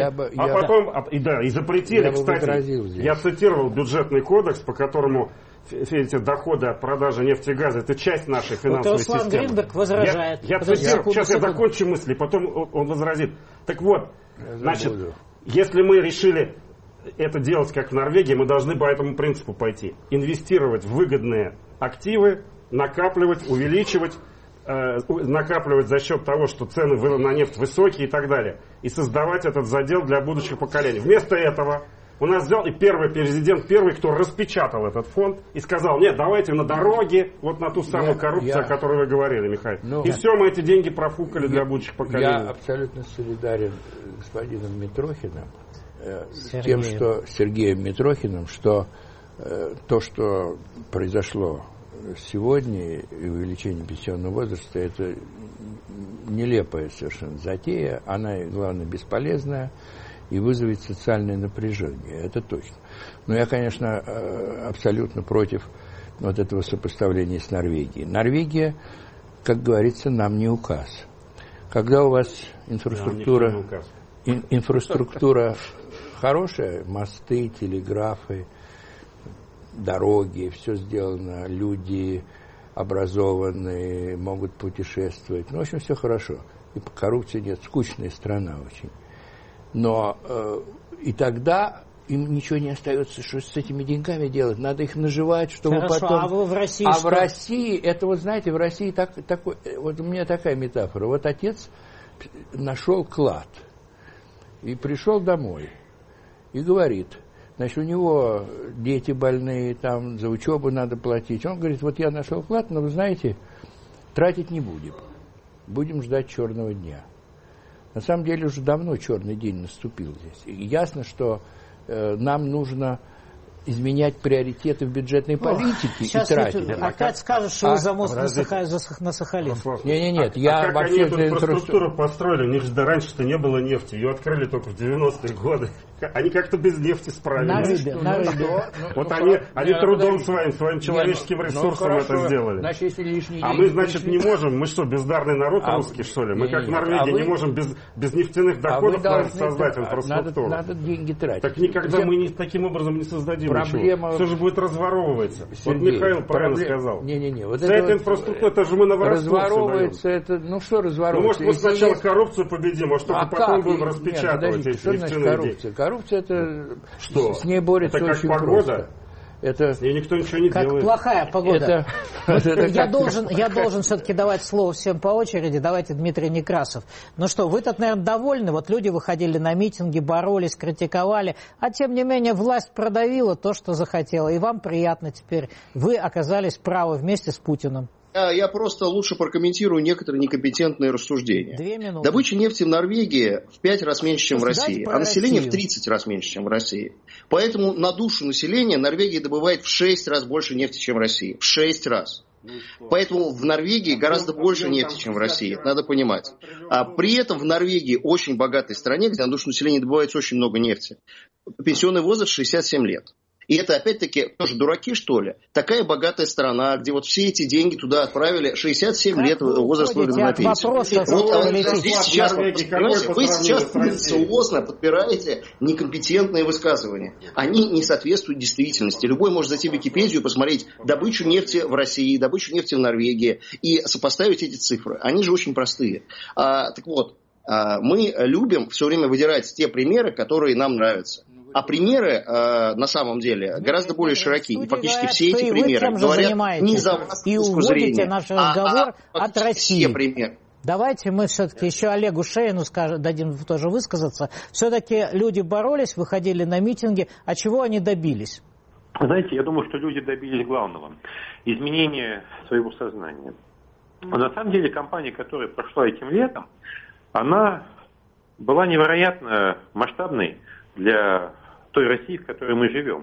и запретили, кстати, я цитировал бюджетный кодекс, по которому эти доходы от продажи нефти и газа, это часть нашей финансовой системы. Гринберг возражает. Я цитирую, сейчас я закончу мысли, потом он возразит. Так вот, значит, если мы решили это делать, как в Норвегии, мы должны по этому принципу пойти. Инвестировать в выгодные активы, накапливать, увеличивать, накапливать за счет того, что цены на нефть высокие и так далее. И создавать этот задел для будущих поколений. Вместо этого у нас взял и первый президент, кто распечатал этот фонд и сказал, нет, давайте на дороге, вот на ту самую коррупцию, о которой вы говорили, Михаил. И все, мы эти деньги профукали для будущих поколений. Я абсолютно солидарен с господином Митрохиным, Сергеем Митрохиным, что то, что произошло сегодня, и увеличение пенсионного возраста, это нелепая совершенно затея, она, главное, бесполезная и вызовет социальное напряжение, это точно. Но я, конечно, абсолютно против вот этого сопоставления с Норвегией. Норвегия, как говорится, нам не указ. Когда у вас инфраструктура хорошая, мосты, телеграфы, дороги, все сделано, люди образованные, могут путешествовать. Ну, в общем, все хорошо. И коррупции нет, скучная страна очень. Но и тогда им ничего не остается, что с этими деньгами делать. Надо их наживать, чтобы хорошо, потом... А в России в России, это вот знаете, в России такой... Вот у меня такая метафора. Вот отец нашел клад и пришел домой и говорит, значит, у него дети больные, там за учебу надо платить. Он говорит, вот я нашел клад, но вы знаете, тратить не будем. Будем ждать черного дня. На самом деле уже давно черный день наступил здесь. И ясно, что нам нужно изменять приоритеты в бюджетной политике и тратить. Опять скажут, что вы за мост на Сахалин. Нет, я как они эту инфраструктуру построили, у них же раньше-то не было нефти, ее открыли только в 90-е годы. Они как-то без нефти справились. На рыбе. Вот они трудом своим человеческим ресурсом это сделали. А мы, значит, не можем, мы что, бездарный народ русский, что ли? Мы как Норвегия не можем без нефтяных доходов создать инфраструктуру. Надо деньги тратить. Так никогда мы таким образом не создадим. Проблема... Все же будет разворовываться. Сергей, вот Михаил правильно сказал. Вот вся эта инфраструктура, это же мы на воровство разворовывается, это, ну что разворовывается? Ну, может, мы сначала коррупцию победим, а что-то потом будем распечатывать эти нефтяные деньги. Коррупция это... Что? С ней борется это очень как погода? просто. Это... И никто ничего не как делает. Плохая погода. Я должен все-таки давать слово всем по очереди. Давайте Дмитрий Некрасов. Ну что, вы тут, наверное, довольны? Вот люди выходили на митинги, боролись, критиковали. А тем не менее власть продавила то, что захотела. И вам приятно теперь. Вы оказались правы вместе с Путиным. Я просто лучше прокомментирую некоторые некомпетентные рассуждения. 2 минуты. Добыча нефти в Норвегии в 5 раз меньше, чем в России, а население в 30 раз меньше, чем в России. Поэтому на душу населения Норвегия добывает в 6 раз больше нефти, чем в России. В 6 раз. Поэтому в Норвегии гораздо больше нефти, чем в России. Это надо понимать. А при этом в Норвегии, очень богатой стране, где на душу населения добывается очень много нефти, пенсионный возраст 67 лет. И это, опять-таки, тоже дураки, что ли? Такая богатая страна, где вот все эти деньги туда отправили, 67 лет возраст выхода на пенсию. Вот вы сейчас тенденциозно подбираете некомпетентные высказывания. Они не соответствуют действительности. Любой может зайти в Википедию и посмотреть добычу нефти в России, добычу нефти в Норвегии и сопоставить эти цифры. Они же очень простые. Так вот, мы любим все время выдирать те примеры, которые нам нравятся. А примеры, на самом деле, гораздо более широки. И фактически все эти примеры говорят не за вас точку зрения, наш разговор от России. Все примеры. Давайте мы все-таки еще Олегу Шейну дадим тоже высказаться. Все-таки люди боролись, выходили на митинги. А чего они добились? Знаете, я думаю, что люди добились главного. Изменения своего сознания. На самом деле, кампания, которая прошла этим летом, она была невероятно масштабной для той России, в которой мы живем.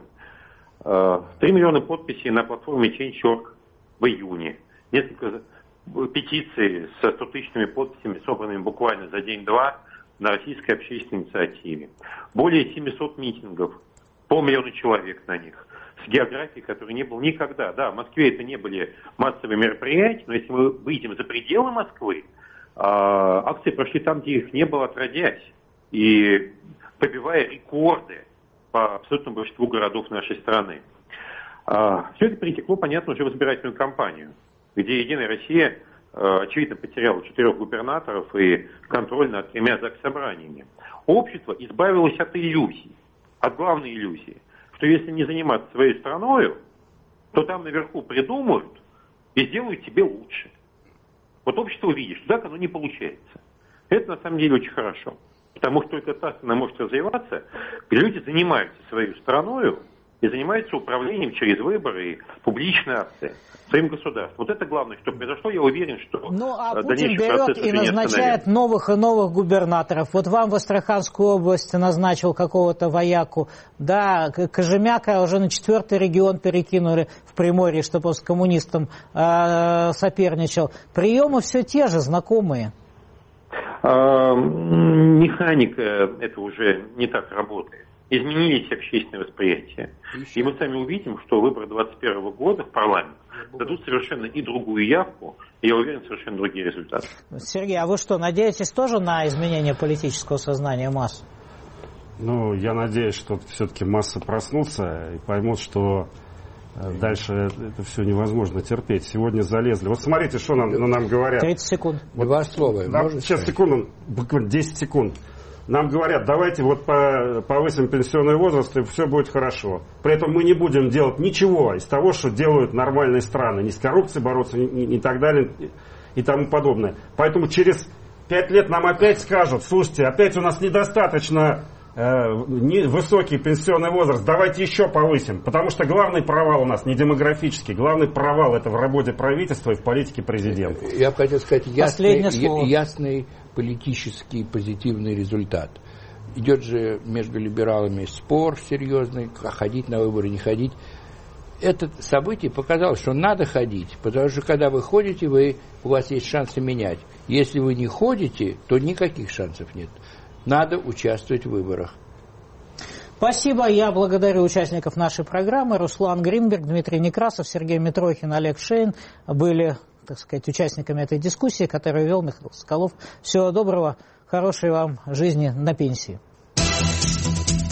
3 миллиона подписей на платформе Change.org в июне. Несколько петиций со 100-тысячными подписями, собранными буквально за день-два на российской общественной инициативе. Более 700 митингов, 500 000 человек на них. С географией, которой не было никогда. Да, в Москве это не были массовые мероприятия, но если мы выйдем за пределы Москвы, акции прошли там, где их не было отродясь. И побивая рекорды по абсолютному большинству городов нашей страны. Все это перетекло, понятно, уже в избирательную кампанию, где «Единая Россия» очевидно потеряла 4 губернаторов и контроль над 3 заксобраниями. Общество избавилось от иллюзий, от главной иллюзии, что если не заниматься своей страною, то там наверху придумают и сделают тебе лучше. Вот общество увидит, что так оно не получается. Это на самом деле очень хорошо. Потому что только так она может развиваться, где люди занимаются своей страною и занимаются управлением через выборы и публичные акции своим государством. Вот это главное, что произошло. Я уверен, что Путин берет и назначает новых и новых губернаторов. Вот вам в Астраханскую область назначил какого-то вояку. Да, Кожемяка уже на 4-й регион перекинули в Приморье, чтобы он с коммунистом соперничал. Приемы все те же, знакомые. Механика это уже не так работает. Изменились общественные восприятия. И мы сами увидим, что выборы 2021 года в парламент дадут совершенно и другую явку, и, я уверен, совершенно другие результаты. Сергей, а вы что, надеетесь тоже на изменение политического сознания масс? Ну, я надеюсь, что все-таки массы проснутся и поймут, что дальше это все невозможно терпеть. Сегодня залезли. Вот смотрите, что нам говорят. 30 секунд. Вот, 2 слова. Сейчас, секунду, буквально 10 секунд. Нам говорят, давайте вот повысим пенсионный возраст, и все будет хорошо. При этом мы не будем делать ничего из того, что делают нормальные страны. Ни с коррупцией бороться, и так далее, и тому подобное. Поэтому через 5 лет нам опять скажут, слушайте, опять у нас недостаточно высокий пенсионный возраст, давайте еще повысим. Потому что главный провал у нас не демографический, главный провал это в работе правительства и в политике президента. Я бы хотел сказать ясный политический позитивный результат. Идет же между либералами спор серьезный, ходить на выборы, не ходить. Это событие показало, что надо ходить, потому что когда вы ходите, у вас есть шансы менять. Если вы не ходите, то никаких шансов нет. Надо участвовать в выборах. Спасибо. Я благодарю участников нашей программы. Руслан Гринберг, Дмитрий Некрасов, Сергей Митрохин, Олег Шейн были, так сказать, участниками этой дискуссии, которую вел Михаил Соколов. Всего доброго, хорошей вам жизни на пенсии.